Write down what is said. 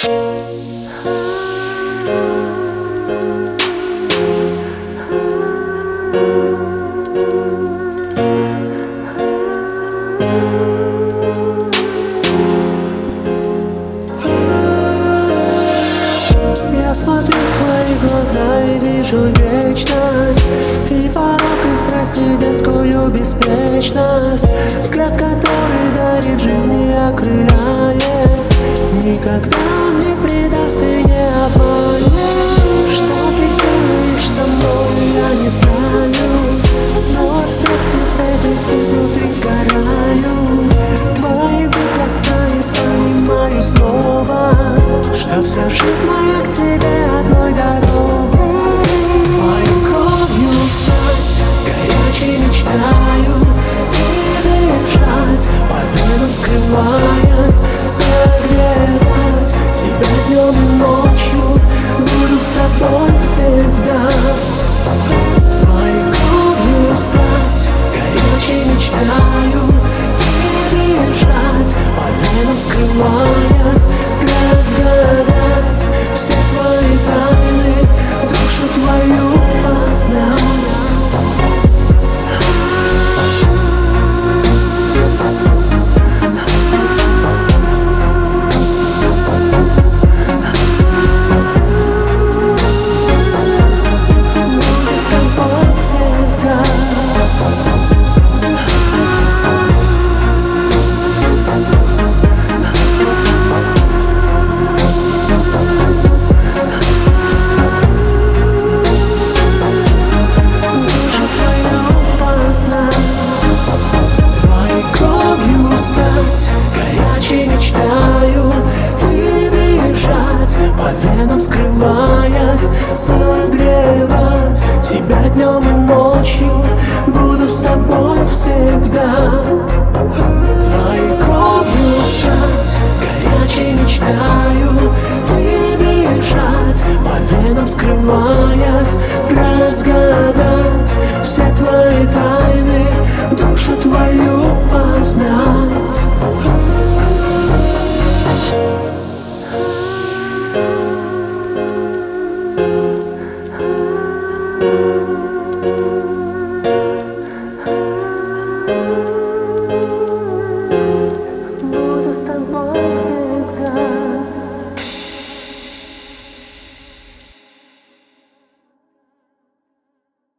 Я смотрю в твои глаза и вижу вечность, и порок, и страсть, и детскую беспечность. Взгляд, который дарит жизнь и окрыляет, никогда не предаст и не обманет. Что ты делаешь со мной, я не знаю, но от страсти этой изнутри сгораю. Твои губ касаясь, понимаю снова, что вся жизнь моя к тебе одной дорогой. Твою кровью стать, горячей мечтаю, перебежать по венам, скрываясь, согревать тебя днем и ночью, буду с тобой всегда. Твоей кровью стать, горячей мечтаю, перебежать по венам, скрываясь, разгадать все твои тайны, душу твою познать. Буду с тобой всегда. Твоей кровью стать, горячей мечтаю, перебежать по венам, скрываясь, согревать тебя днем